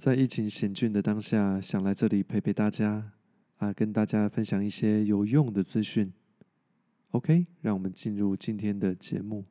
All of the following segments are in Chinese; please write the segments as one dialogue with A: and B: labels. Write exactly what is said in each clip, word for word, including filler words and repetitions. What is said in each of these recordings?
A: 在疫情险峻的当下，想来这里陪陪大家啊，跟大家分享一些有用的资讯。OK，让我们进入今天的节目。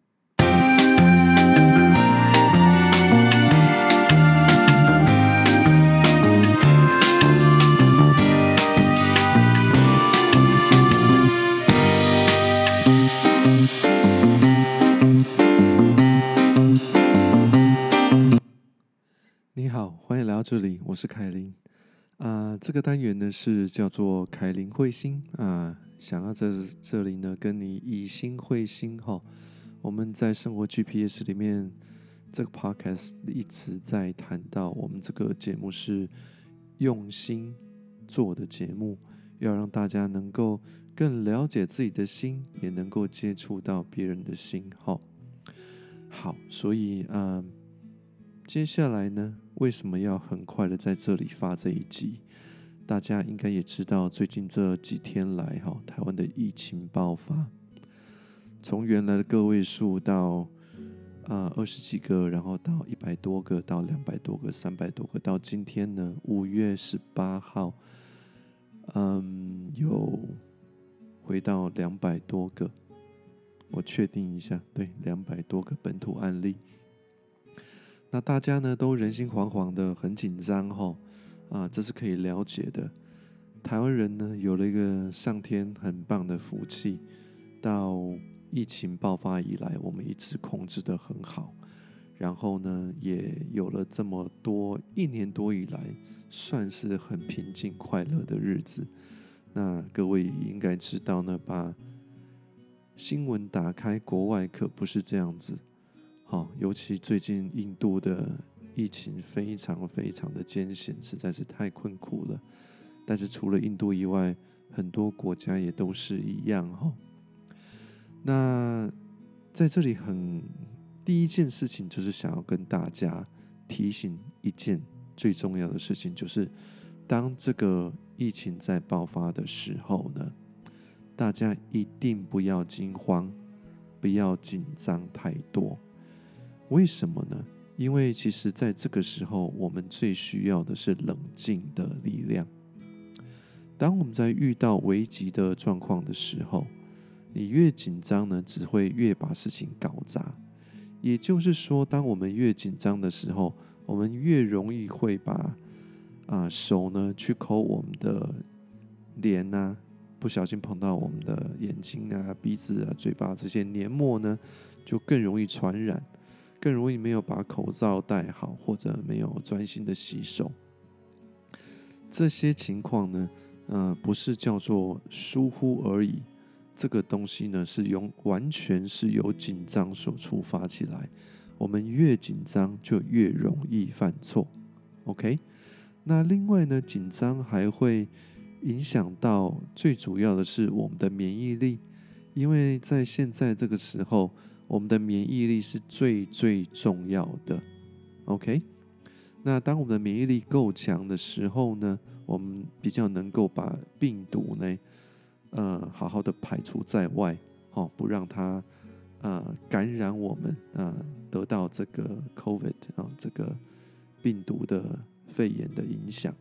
A: 你好，欢迎来到这里，我是凯琳。啊、这个单元呢是叫做凯琳会心啊、想要在这里呢跟你以心会心哈。我们在生活 G P S 里面，这个 podcast 一直在谈到，我们这个节目是用心做的节目，要让大家能够更了解自己的心，也能够接触到别人的心哈。好，所以嗯。接下来呢，为什么要很快的在这里发这一集？大家应该也知道，最近这几天来，哈，台湾的疫情爆发，从原来的个位数到啊二十几个，然后到一百多个，到两百多个，三百多个，到今天呢，五月十八号，嗯，有回到两百多个，我确定一下，对，两百多个本土案例。那大家呢都人心惶惶的，很紧张哈，啊，这是可以了解的。台湾人呢有了一个上天很棒的福气，到疫情爆发以来，我们一直控制得很好，然后呢也有了这么多一年多以来，算是很平静快乐的日子。那各位也应该知道呢，把新闻打开，国外可不是这样子。好，尤其最近印度的疫情非常非常的艰险，实在是太困苦了。但是除了印度以外，很多国家也都是一样哈。那在这里很第一件事情就是想要跟大家提醒一件最重要的事情，就是当这个疫情在爆发的时候呢，大家一定不要惊慌，不要紧张太多。为什么呢？因为其实在这个时候，我们最需要的是冷静的力量。当我们在遇到危急的状况的时候，你越紧张呢，只会越把事情搞砸。也就是说，当我们越紧张的时候，我们越容易会把啊手呢去抠我们的脸啊，不小心碰到我们的眼睛啊、鼻子啊、嘴巴这些黏膜呢，就更容易传染。更容易没有把口罩戴好，或者没有专心的洗手。这些情况呢，呃，不是叫做疏忽而已，这个东西呢是用完全是由紧张所触发起来。我们越紧张就越容易犯错。OK， 那另外呢，紧张还会影响到最主要的是我们的免疫力，因为在现在这个时候，我们的免疫力是最最重要的 ，OK？ 那当我们的免疫力够强的时候呢，我们比较能够把病毒呢，呃，好好的排除在外，哦，不让它呃感染我们，呃，得到这个 COVID 啊、呃、这个病毒的肺炎的影响。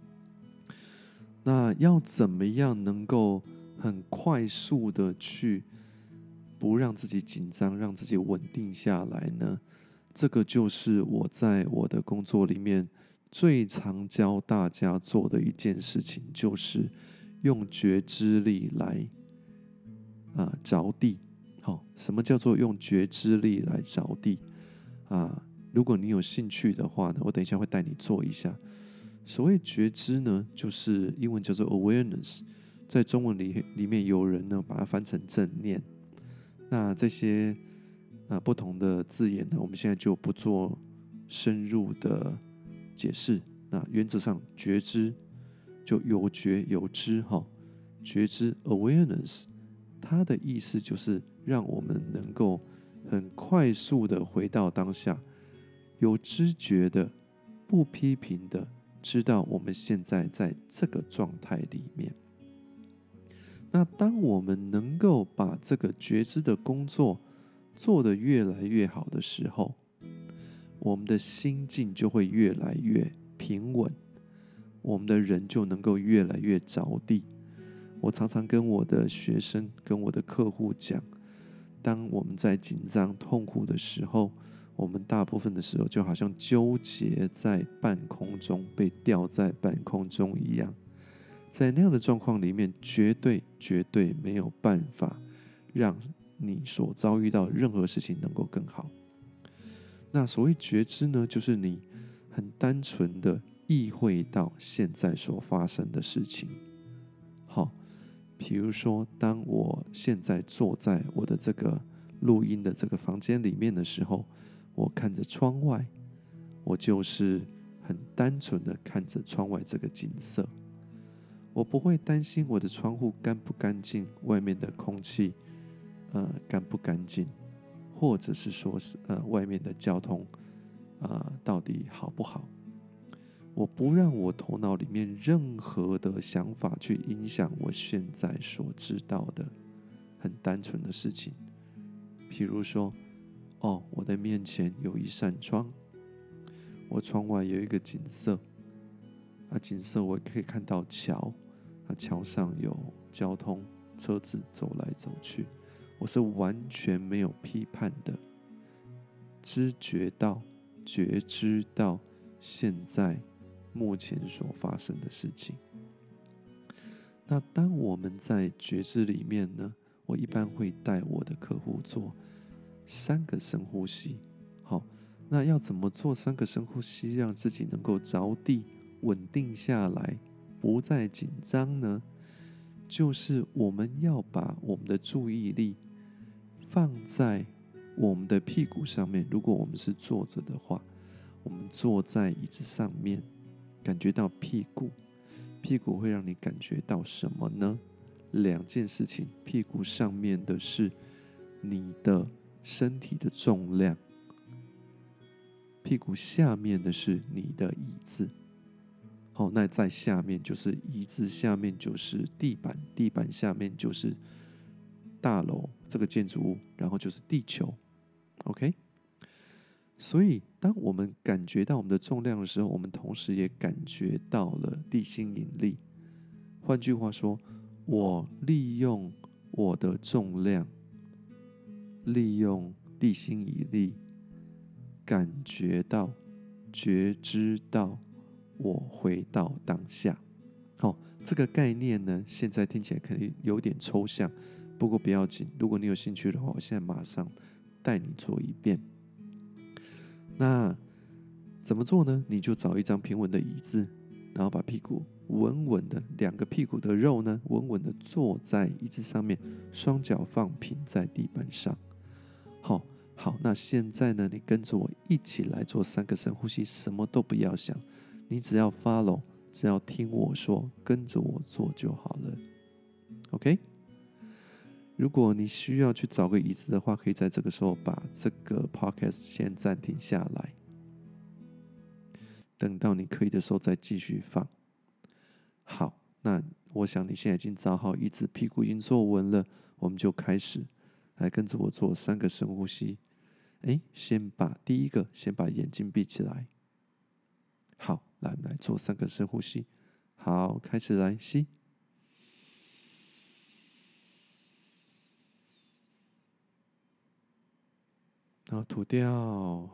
A: 那要怎么样能够很快速的去不让自己紧张，让自己稳定下来呢？这个就是我在我的工作里面最常教大家做的一件事情，就是用觉知力来啊、呃、着地。好、哦，什么叫做用觉知力来着地啊？如果你有兴趣的话呢，我等一下会带你做一下。所谓觉知呢，就是英文叫做 awareness， 在中文里里面有人呢把它翻成正念。那这些啊、呃、不同的字眼呢，我们现在就不做深入的解释。那原则上，觉知就有觉有知哈，觉知 awareness， 它的意思就是让我们能够很快速的回到当下，有知觉的、不批评的，知道我们现在在这个状态里面。那当我们能够把这个觉知的工作做得越来越好的时候，我们的心境就会越来越平稳，我们的人就能够越来越着地。我常常跟我的学生、跟我的客户讲，当我们在紧张、痛苦的时候，我们大部分的时候就好像纠结在半空中，被吊在半空中一样。在那样的状况里面，绝对绝对没有办法让你所遭遇到任何事情能够更好。那所谓觉知呢，就是你很单纯的意会到现在所发生的事情。好，比如说，当我现在坐在我的这个录音的这个房间里面的时候，我看着窗外，我就是很单纯的看着窗外这个景色。我不会担心我的窗户干不干净，外面的空气呃干不干净，或者是说是呃外面的交通呃到底好不好。我不让我头脑里面任何的想法去影响我现在所知道的很单纯的事情。譬如说，哦，我的面前有一扇窗，我窗外有一个景色，啊，景色我可以看到桥，啊，桥上有交通车子走来走去，我是完全没有批判的，知觉到、觉知到现在目前所发生的事情。那当我们在觉知里面呢，我一般会带我的客户做三个深呼吸。好，那要怎么做三个深呼吸，让自己能够着地、稳定下来，不再紧张呢？就是我们要把我们的注意力放在我们的屁股上面。如果我们是坐着的话，我们坐在椅子上面，感觉到屁股，屁股会让你感觉到什么呢？两件事情，屁股上面的是你的身体的重量，屁股下面的是你的椅子。好，那在下面就是椅子，下面就是地板，地板下面就是大楼这个建筑物，然后就是地球。OK， 所以当我们感觉到我们的重量的时候，我们同时也感觉到了地心引力。换句话说，我利用我的重量，利用地心引力，感觉到、觉知到我回到当下。好，这个概念呢，现在听起来可能有点抽象，不过不要紧，如果你有兴趣的话，我现在马上带你做一遍。那怎么做呢？你就找一张平稳的椅子，然后把屁股稳稳的，两个屁股的肉呢，稳稳的坐在椅子上面，双脚放平在地板上。好，好，那现在呢，你跟着我一起来做三个深呼吸，什么都不要想，你只要 follow， 只要听我说，跟着我做就好了。OK？ 如果你需要去找个椅子的话，可以在这个时候把这个 podcast 先暂停下来，等到你可以的时候再继续放。好，那我想你现在已经找好椅子，屁股已经坐稳了，我们就开始来跟着我做三个深呼吸。诶，先把第一个，先把眼睛闭起来。好，来，我们来做三个深呼吸。好，开始来吸，然后吐掉。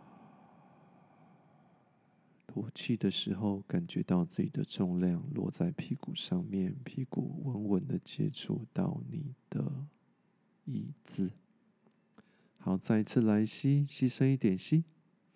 A: 吐气的时候，感觉到自己的重量落在屁股上面，屁股稳稳的接触到你的椅子。好，再一次来吸，吸深一点，吸。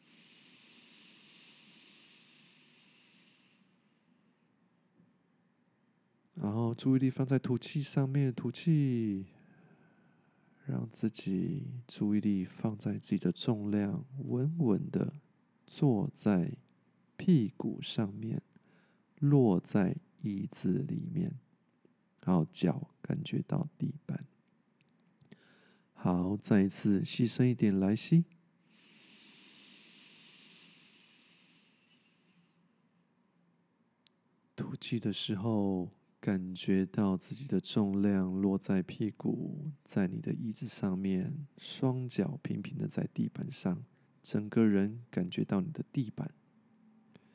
A: 然后注意力放在吐气上面，吐气，让自己注意力放在自己的重量，稳稳的坐在屁股上面，落在椅子里面，然后脚感觉到地板。好，再一次吸深一点，来吸。吐气的时候，感觉到自己的重量落在屁股，在你的椅子上面，双脚平平的在地板上，整个人感觉到你的地板，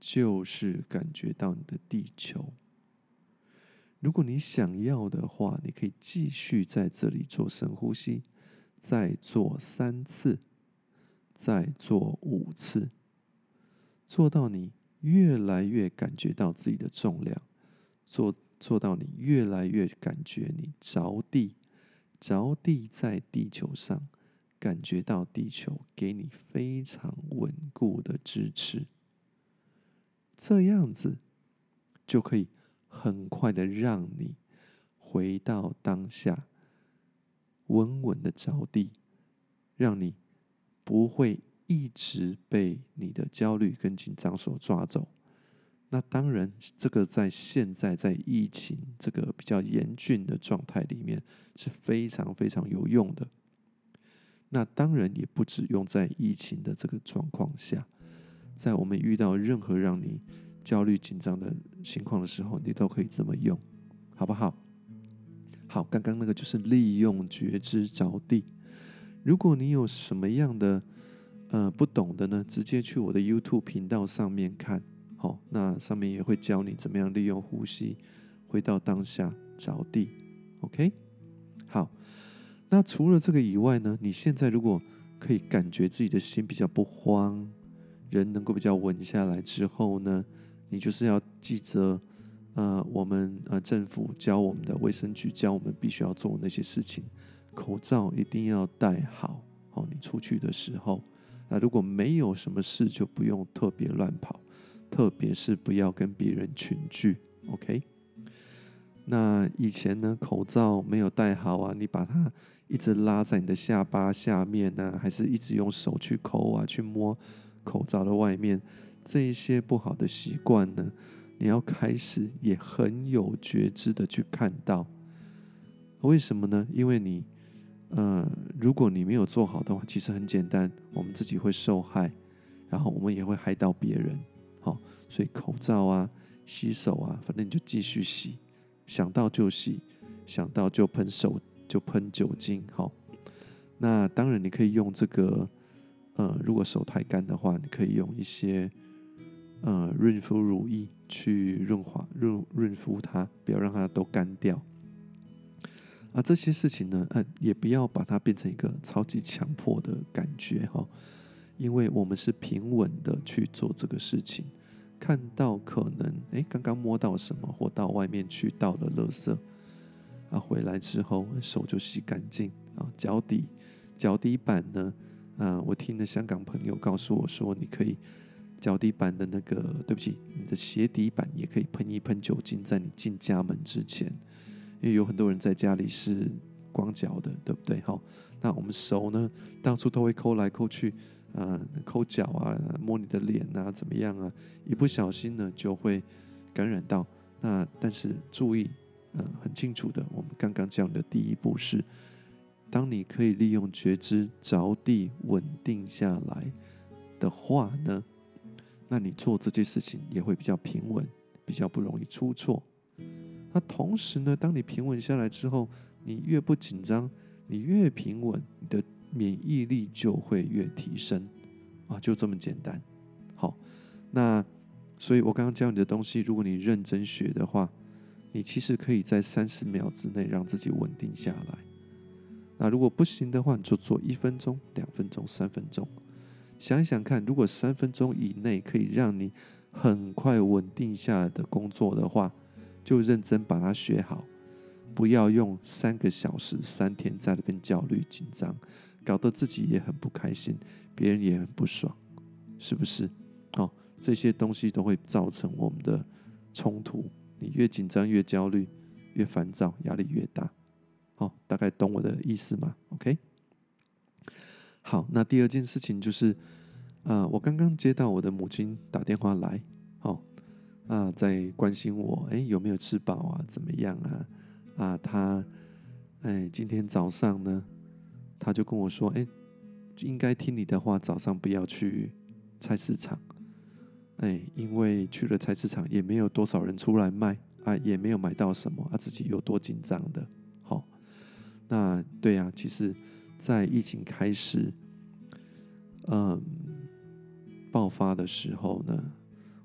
A: 就是感觉到你的地球。如果你想要的话，你可以继续在这里做深呼吸，再做三次，再做五次，做到你越来越感觉到自己的重量，做做到你越来越感觉你着地，着地在地球上，感觉到地球给你非常稳固的支持，这样子就可以很快的让你回到当下，稳稳的着地，让你不会一直被你的焦虑跟紧张所抓走。那当然，这个在现在在疫情这个比较严峻的状态里面是非常非常有用的。那当然也不只用在疫情的这个状况下，在我们遇到任何让你焦虑紧张的情况的时候，你都可以这么用，好不好？好，刚刚那个就是利用觉知着地。如果你有什么样的呃不懂的呢，直接去我的 YouTube 频道上面看。好，那上面也会教你怎么样利用呼吸回到当下着地 OK。 好，那除了这个以外呢，你现在如果可以感觉自己的心比较不慌，人能够比较稳下来之后呢，你就是要记着呃，我们呃政府教我们的，卫生局教我们必须要做的那些事情。口罩一定要戴好，哦，你出去的时候，那如果没有什么事，就不用特别乱跑，特别是不要跟别人群聚 ，OK？ 那以前呢，口罩没有戴好啊，你把它一直拉在你的下巴下面啊，还是一直用手去抠啊，去摸口罩的外面，这一些不好的习惯呢，你要开始也很有觉知的去看到。为什么呢？因为你呃，如果你没有做好的话，其实很简单，我们自己会受害，然后我们也会害到别人。好，所以口罩啊、洗手啊，反正你就继续洗，想到就洗，想到就喷手，就喷酒精。好，那当然你可以用这个，呃，如果手太干的话，你可以用一些呃润肤乳液去润滑、润润肤它，不要让它都干掉。啊，这些事情呢，呃，也不要把它变成一个超级强迫的感觉哈，因为我们是平稳的去做这个事情，看到可能哎刚刚摸到什么，或到外面去倒了垃圾，啊，回来之后手就洗干净啊，脚底脚底板呢，啊，我听了香港朋友告诉我说，你可以脚底板的那个，对不起，你的鞋底板也可以喷一喷酒精，在你进家门之前。因为有很多人在家里是光脚的，对不对？好，那我们手呢，到处都会抠来抠去，呃，抠脚啊，摸你的脸啊，怎么样啊？一不小心呢，就会感染到。那但是注意，呃，很清楚的，我们刚刚讲的第一步是，当你可以利用觉知着地稳定下来的话呢，那你做这件事情也会比较平稳，比较不容易出错。那同时呢，当你平稳下来之后，你越不紧张，你越平稳，你的免疫力就会越提升啊，就这么简单。好，那所以我刚刚教你的东西，如果你认真学的话，你其实可以在三十秒之内让自己稳定下来。那如果不行的话，你就做一分钟、两分钟、三分钟。想一想看，如果三分钟以内可以让你很快稳定下来的工作的话，就认真把它学好，不要用三个小时、三天在那边焦虑紧张，搞得自己也很不开心，别人也很不爽，是不是？哦，这些东西都会造成我们的冲突。你越紧张、越焦虑、越烦躁，压力越大。哦，大概懂我的意思吗 ？OK。好，那第二件事情就是，呃，我刚刚接到我的母亲打电话来，哦，啊，在关心我，哎，有没有吃饱啊？怎么样啊？啊，他，哎，今天早上呢，他就跟我说，哎，应该听你的话，早上不要去菜市场，哎，因为去了菜市场也没有多少人出来卖啊，也没有买到什么，啊，自己有多紧张的，好，那对啊，其实，在疫情开始，嗯，爆发的时候呢。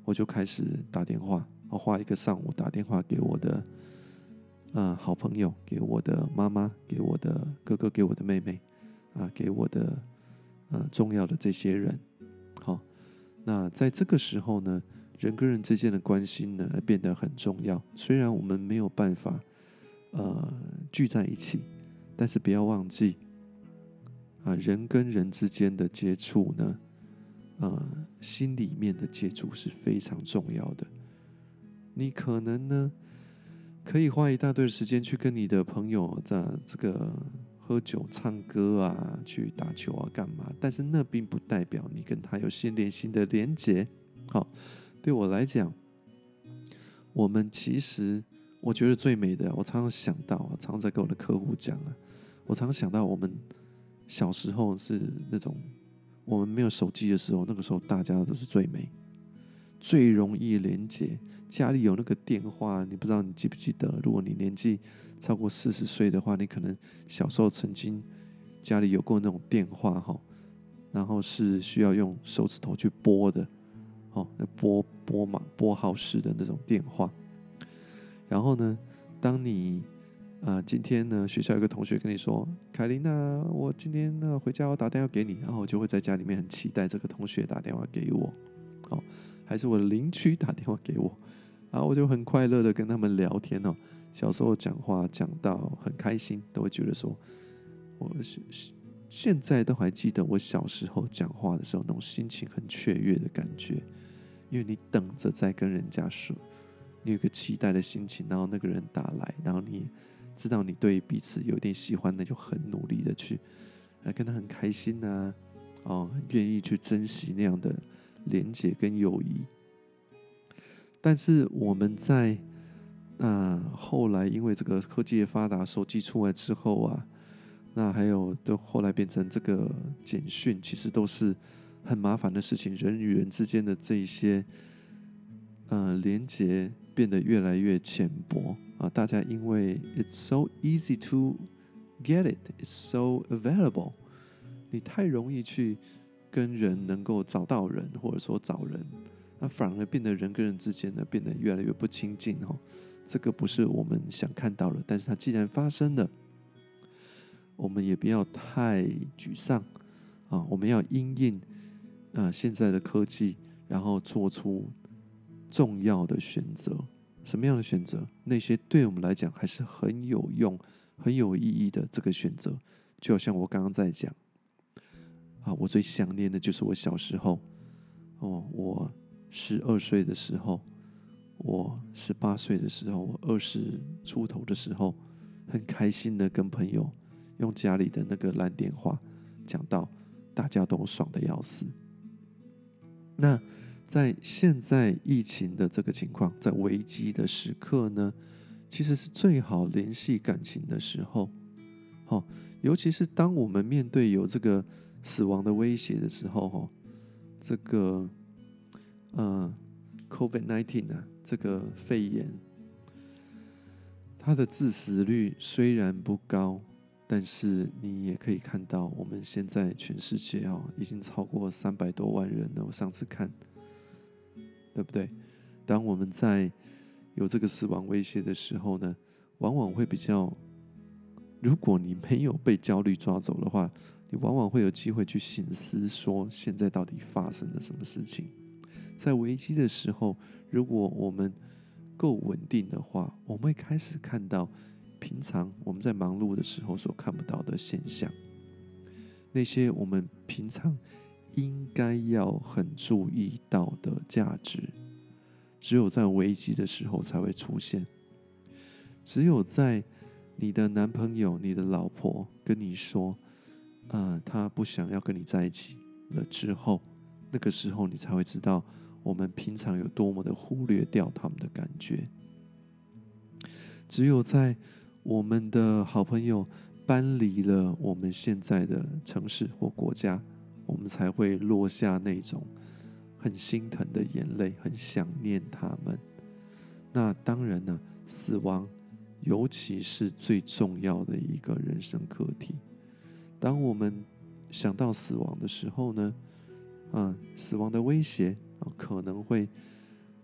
A: 我就开始打电话，我花一个上午打电话给我的呃好朋友，给我的妈妈，给我的哥哥，给我的妹妹，啊，给我的呃重要的这些人。好，那在这个时候呢，人跟人之间的关系呢变得很重要。虽然我们没有办法呃聚在一起，但是不要忘记啊，人跟人之间的接触呢，呃，心里面的接触是非常重要的。你可能呢，可以花一大堆的时间去跟你的朋友在这个喝酒、唱歌啊，去打球啊，干嘛？但是那并不代表你跟他有心连心的连结。好，对我来讲，我们其实我觉得最美的，我常常想到啊，常常在跟我的客户讲啊，我常常想到我们小时候是那种我们没有手机的时候，那个时候大家都是最美、最容易连接。家里有那个电话，你不知道你记不记得？如果你年纪超过四十岁的话，你可能小时候曾经家里有过那种电话哈，然后是需要用手指头去拨的，哦，拨拨码拨号式的那种电话。然后呢，当你啊、呃，今天呢，学校有个同学跟你说：“凯琳啊，我今天呢回家我打电话给你。”然后我就会在家里面很期待这个同学打电话给我，哦，还是我的邻居打电话给我，然后我就很快乐的跟他们聊天哦。小时候讲话讲到很开心，都会觉得说，我现在都还记得我小时候讲话的时候那种心情很雀跃的感觉，因为你等着在跟人家说。你有一个期待的心情，然后那个人打来，然后你知道你对彼此有点喜欢，那就很努力的去，呃，跟他很开心呐、啊，哦，很愿意去珍惜那样的连结跟友谊。但是我们在那、呃、后来，因为这个科技的发达，手机出来之后啊，那还有都后来变成这个简讯，其实都是很麻烦的事情，人与人之间的这一些呃连结变得越来越浅薄啊！大家因为 it's so easy to get it, it's so available， 你太容易去跟人能够找到人，或者说找人，那反而变得人跟人之间呢变得越来越不亲近哦。这个不是我们想看到的，但是它既然发生了，我们也不要太沮丧啊！我们要因应啊现在的科技，然后做出重要的选择。什么样的选择？那些对我们来讲还是很有用、很有意义的这个选择，就好像我刚刚在讲啊，我最想念的就是我小时候哦，我十二岁的时候，我十八岁的时候，我二十出头的时候，很开心的跟朋友用家里的那个烂电话讲到，大家都爽的要死。那在现在疫情的这个情况，在危机的时刻呢，其实是最好联系感情的时候。好、哦，尤其是当我们面对有这个死亡的威胁的时候，哈、哦，这个呃 COVID 十九 啊，这个肺炎，它的致死率虽然不高，但是你也可以看到，我们现在全世界哦，已经超过三百多万人了。我上次看。对不对？当我们在有这个死亡威胁的时候呢，往往会比较，如果你没有被焦虑抓走的话，你往往会有机会去省思，说现在到底发生了什么事情。在危机的时候，如果我们够稳定的话，我们会开始看到平常我们在忙碌的时候所看不到的现象，那些我们平常应该要很注意到的价值，只有在危机的时候才会出现。只有在你的男朋友、你的老婆跟你说，呃，他不想要跟你在一起了之后，那个时候你才会知道，我们平常有多么的忽略掉他们的感觉。只有在我们的好朋友搬离了我们现在的城市或国家，我们才会落下那种很心疼的眼泪，很想念他们。那当然呢，死亡尤其是最重要的一个人生课题。当我们想到死亡的时候呢，啊，死亡的威胁啊，可能会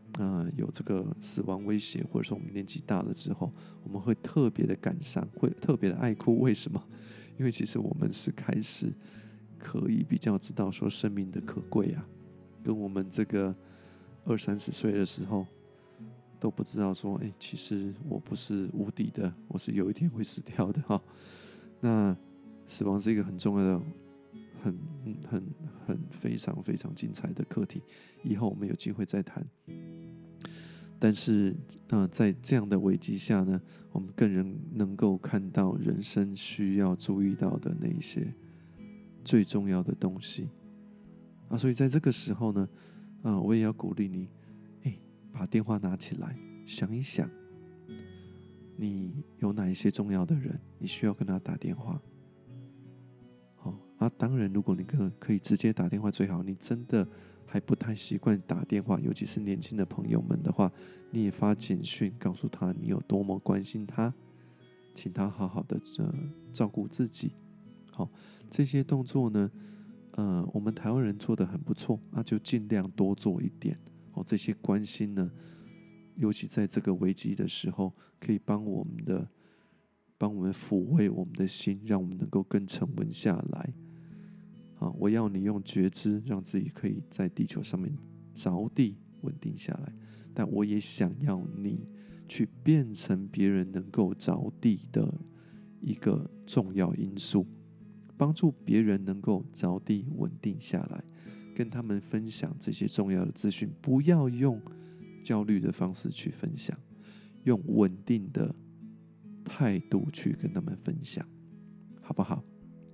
A: 呃有这个死亡威胁，或者说我们年纪大了之后，我们会特别的感伤，会特别的爱哭。为什么？因为其实我们是开始可以比较知道说生命的可贵啊，跟我们这个二三十岁的时候都不知道说，哎，其实我不是无敌的，我是有一天会死掉的哈。那死亡是一个很重要的、很很很非常非常精彩的课题，以后我们有机会再谈。但是，呃，在这样的危机下呢，我们更能能够看到人生需要注意到的那一些最重要的东西啊。所以在这个时候呢，啊，我也要鼓励你，哎，把电话拿起来，想一想，你有哪一些重要的人，你需要跟他打电话。好啊，当然，如果你可可以直接打电话最好。你真的还不太习惯打电话，尤其是年轻的朋友们的话，你也发简讯告诉他你有多么关心他，请他好好的呃照顾自己。好，这些动作呢，呃，我们台湾人做得很不错，那就尽量多做一点。哦，这些关心呢，尤其在这个危机的时候，可以帮我们的。帮我们抚慰我们的心，让我们能够更沉稳下来。啊，我要你用觉知，让自己可以在地球上面着地稳定下来。但我也想要你去变成别人能够着地的一个重要因素，帮助别人能够着地稳定下来，跟他们分享这些重要的资讯。不要用焦虑的方式去分享，用稳定的态度去跟他们分享，好不好？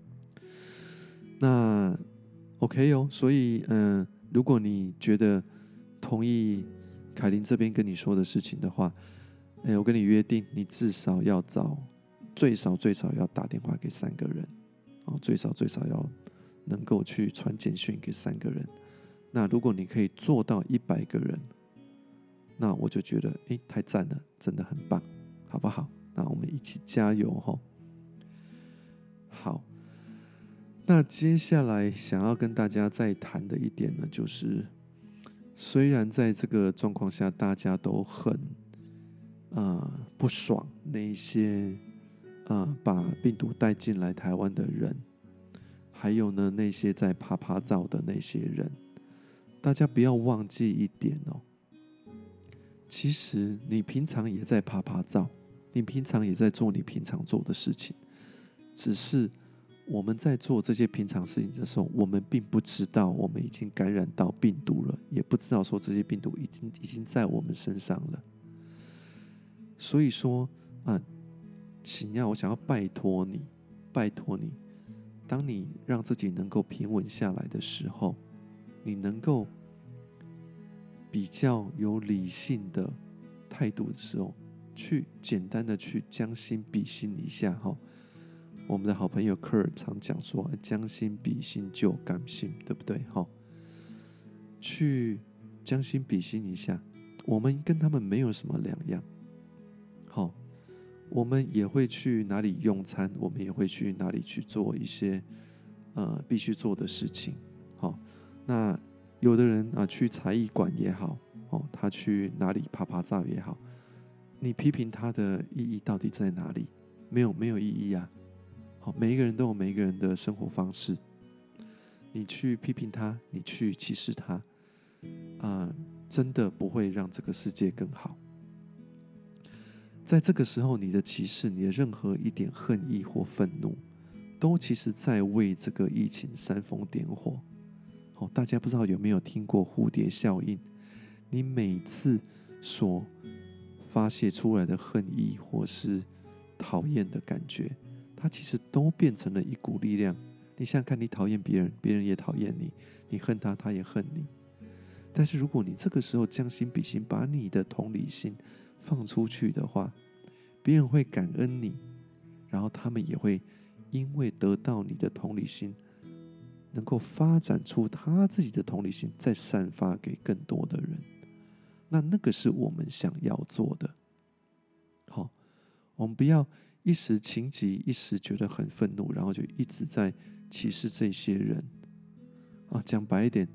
A: 那 OK 哦，所以嗯、呃，如果你觉得同意凯琳这边跟你说的事情的话，哎，我跟你约定，你至少要找最少最少要打电话给三个人，哦，最少最少要能够去传简讯给三个人。那如果你可以做到一百个人，那我就觉得哎，太赞了，真的很棒，好不好？那我们一起加油吼！好，那接下来想要跟大家再谈的一点呢，就是虽然在这个状况下大家都很呃不爽那一些呃把病毒带进来台湾的人，还有呢那些在趴趴照的那些人，大家不要忘记一点哦，其实你平常也在趴趴照。你平常也在做你平常做的事情，只是我们在做这些平常事情的时候，我们并不知道我们已经感染到病毒了，也不知道说这些病毒已经已经在我们身上了。所以说啊，请要我想要拜托你，拜托你，当你让自己能够平稳下来的时候，你能够比较有理性的态度的时候，去简单的去将心比心一下哈。我们的好朋友科尔常讲说，将心比心就甘心，对不对？哈，去将心比心一下，我们跟他们没有什么两样。好，我们也会去哪里用餐，我们也会去哪里去做一些呃必须做的事情。好，那有的人啊去才艺馆也好，哦，他去哪里爬爬照也好。你批评他的意义到底在哪里？没有没有意义啊！好，每一个人都有每一个人的生活方式。你去批评他，你去歧视他，啊、呃，真的不会让这个世界更好。在这个时候，你的歧视，你的任何一点恨意或愤怒，都其实在为这个疫情煽风点火。好，大家不知道有没有听过蝴蝶效应？你每次所发泄出来的恨意或是讨厌的感觉，它其实都变成了一股力量。你想想看，你讨厌别人，别人也讨厌你；你恨他，他也恨你。但是如果你这个时候将心比心，把你的同理心放出去的话，别人会感恩你，然后他们也会因为得到你的同理心，能够发展出他自己的同理心，再散发给更多的人。那那个是我们想要做的。好，我们不要一时情急，一时觉得很愤怒，然后就一直在歧视这些人啊。讲白一点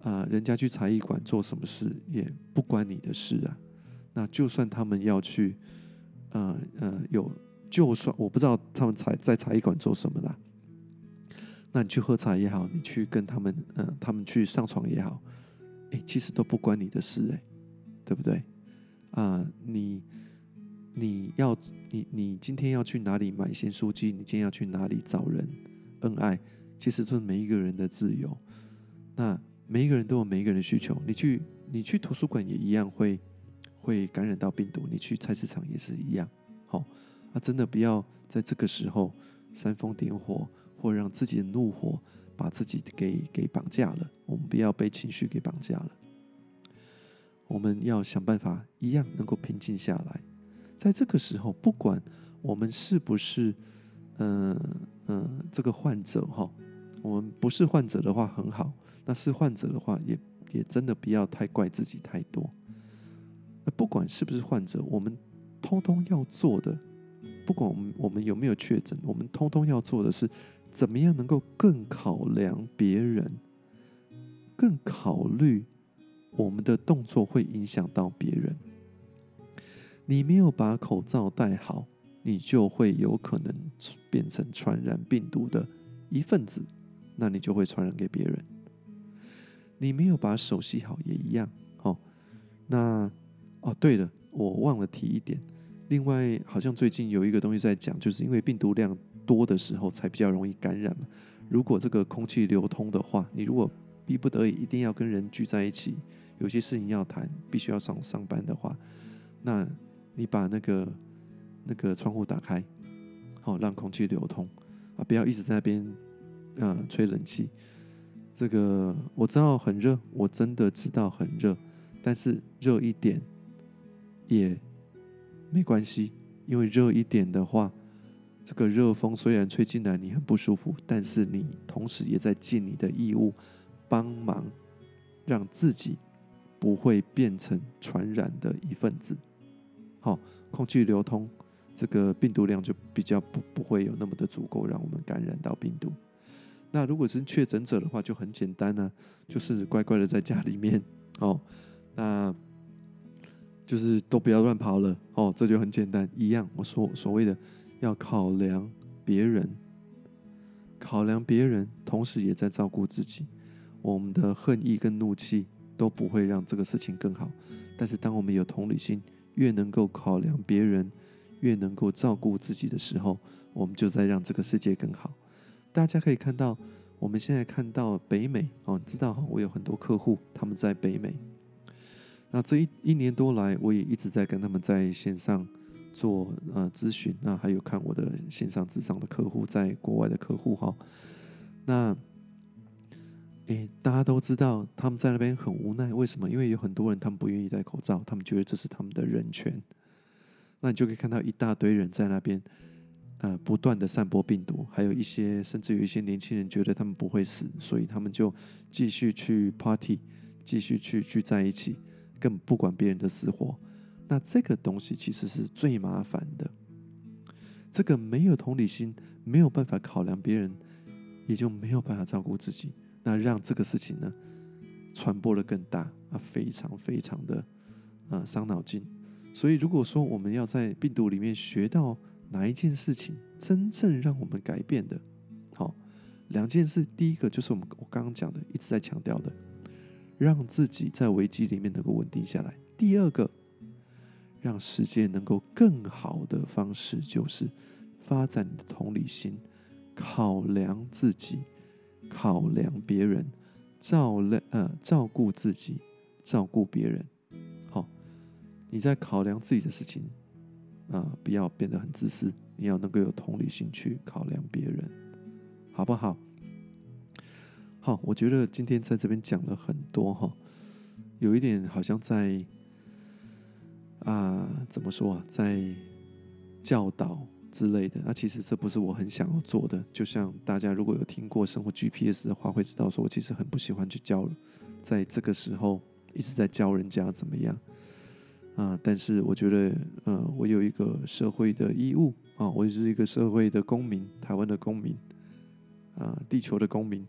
A: 呃，人家去才艺馆做什么事也不关你的事啊。那就算他们要去，呃呃，有，就算我不知道他们才在才艺馆做什么啦。那你去喝茶也好，你去跟他们，呃，他们去上床也好，哎，其实都不关你的事，哎，对不对？啊、呃，你你要你你今天要去哪里买咸酥鸡？你今天要去哪里找人恩爱？其实都是每一个人的自由。那每一个人都有每一个人的需求。你去你去图书馆也一样会会感染到病毒，你去菜市场也是一样。好、哦，啊，真的不要在这个时候煽风点火，或让自己的怒火把自己给给绑架了。我们不要被情绪给绑架了。我们要想办法一样能够平静下来。在这个时候，不管我们是不是嗯嗯、呃呃、这个患者哈，我们不是患者的话很好，那是患者的话也也真的不要太怪自己太多。不管是不是患者，我们通通要做的，不管我们我们有没有确诊，我们通通要做的是怎么样能够更考量别人，更考虑我们的动作会影响到别人。你没有把口罩戴好，你就会有可能变成传染病毒的一份子，那你就会传染给别人。你没有把手洗好也一样。哦，那哦对了，我忘了提一点。另外，好像最近有一个东西在讲，就是因为病毒量多的时候才比较容易感染嘛。如果这个空气流通的话，你如果逼不得已一定要跟人聚在一起，有些事情要谈，必须要上上班的话，那你把那个那个窗户打开，好、哦、让空气流通啊，不要一直在那边呃吹冷气。这个我知道很热，我真的知道很热，但是热一点也没关系，因为热一点的话，这个热风虽然吹进来你很不舒服，但是你同时也在尽你的义务，帮忙让自己不会变成传染的一份子。好、哦，空气流通，这个病毒量就比较不不会有那么的足够让我们感染到病毒。那如果是确诊者的话，就很简单呢、啊，就是乖乖的在家里面哦，那就是都不要乱跑了哦，这就很简单。一样，我说所谓的要考量别人，考量别人，同时也在照顾自己。我们的恨意跟怒气都不会让这个事情更好，但是当我们有同理心，越能够考量别人，越能够照顾自己的时候，我们就在让这个世界更好。大家可以看到，我们现在看到北美哦，知道我有很多客户，他们在北美。那这一一年多来，我也一直在跟他们在线上做呃咨询，那还有看我的线上咨商的客户，在国外的客户哈。那诶，大家都知道他们在那边很无奈，为什么？因为有很多人他们不愿意戴口罩，他们觉得这是他们的人权。那你就可以看到一大堆人在那边。呃，不断的散播病毒，还有一些甚至有一些年轻人觉得他们不会死，所以他们就继续去 party， 继续去聚在一起，更不管别人的死活。那这个东西其实是最麻烦的，这个没有同理心，没有办法考量别人，也就没有办法照顾自己，那让这个事情呢传播的更大啊，非常非常的呃伤脑筋。所以如果说我们要在病毒里面学到哪一件事情真正让我们改变的？好，两件事，第一个就是我们我刚刚讲的，一直在强调的，让自己在危机里面能够稳定下来。第二个，让世界能够更好的方式，就是发展你的同理心，考量自己，考量别人，照呃照顾自己，照顾别人。好，你在考量自己的事情。啊、呃，不要变得很自私，你要能够有同理心去考量别人，好不好？好，我觉得今天在这边讲了很多哈，有一点好像在啊、呃，怎么说啊，在教导之类的。那、啊、其实这不是我很想要做的。就像大家如果有听过生活 G P S 的话，会知道说我其实很不喜欢去教，在这个时候一直在教人家怎么样。啊，但是我觉得，呃，我有一个社会的义务啊，我是一个社会的公民，台湾的公民，啊，地球的公民，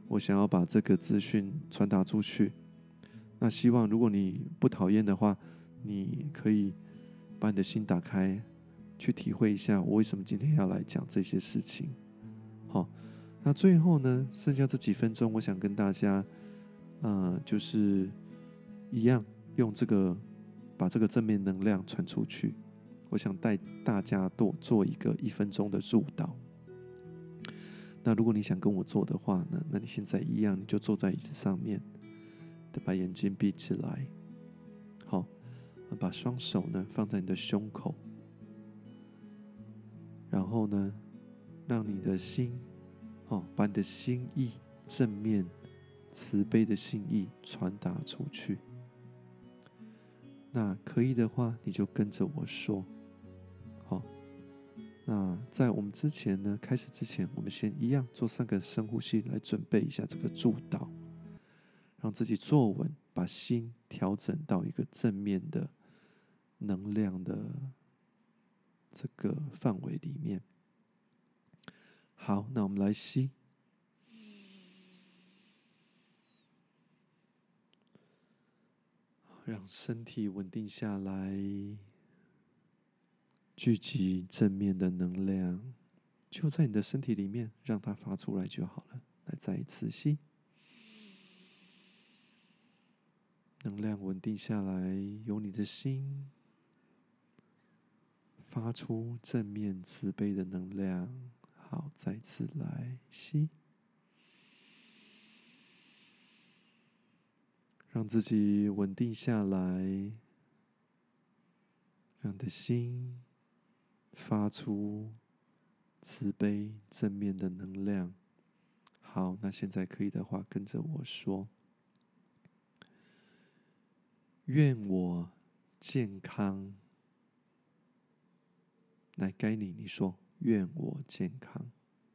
A: 我想要把这个资讯传达出去。那希望如果你不讨厌的话，你可以把你的心打开，去体会一下我为什么今天要来讲这些事情。好，那最后呢，剩下这几分钟，我想跟大家，呃，就是一样用这个把这个正面能量传出去。我想带大家多做一个一分钟的祝祷。那如果你想跟我做的话呢，那你现在一样，你就坐在椅子上面，把眼睛闭起来。好，把双手呢放在你的胸口，然后呢，让你的心，哦，把你的心意正面慈悲的心意传达出去。那可以的话，你就跟着我说。好，那在我们之前呢，开始之前，我们先一样做三个深呼吸，来准备一下这个祝祷，让自己坐稳，把心调整到一个正面的能量的这个范围里面。好，那我们来吸，让身体稳定下来，聚集正面的能量，就在你的身体里面，让它发出来就好了。来，再一次吸，能量稳定下来，由你的心发出正面慈悲的能量。好，再次来吸，让自己稳定下来，让你的心发出慈悲正面的能量。好，那现在可以的话，跟着我说：愿我健康。来，该你，你说：愿我健康。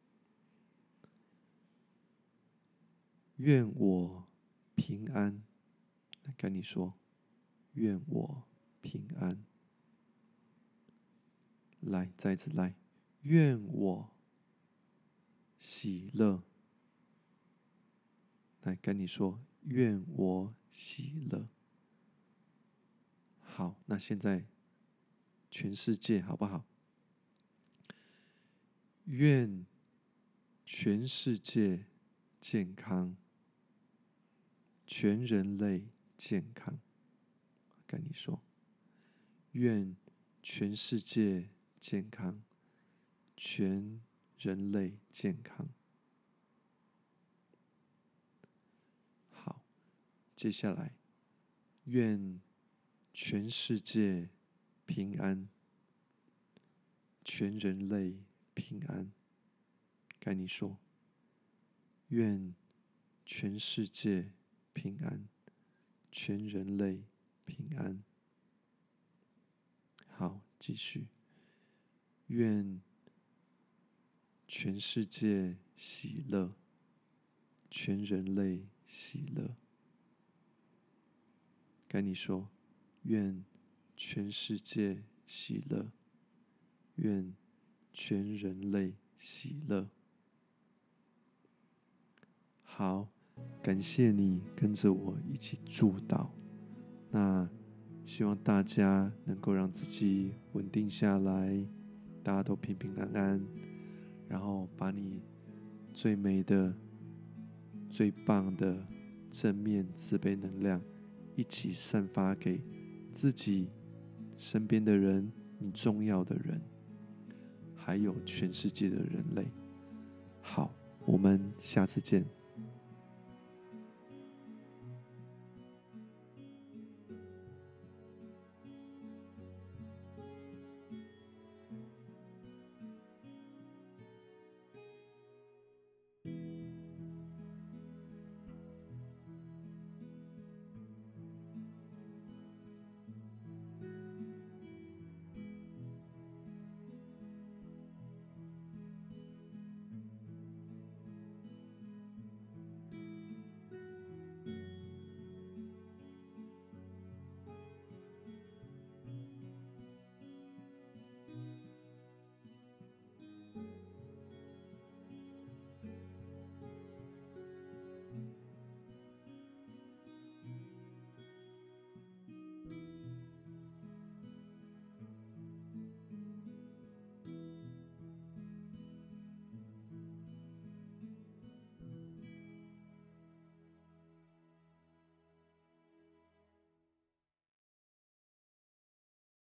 A: 愿我平安。来，该你说：愿我平安。来，再一次来，愿我喜乐。来，跟你说，愿我喜乐。好，那现在全世界好不好？愿全世界健康，全人类健康。跟你说，愿全世界健康，全人类健康。好，接下来，愿全世界平安，全人类平安。该你说，愿全世界平安，全人类平安。好，继续。愿全世界喜乐，全人类喜乐。该你说，愿全世界喜乐，愿全人类喜乐。好，感谢你跟着我一起祝祷。那希望大家能够让自己稳定下来，大家都平平安安，然后把你最美的、最棒的正面慈悲能量一起散发给自己身边的人，你重要的人，还有全世界的人类。好，我们下次见。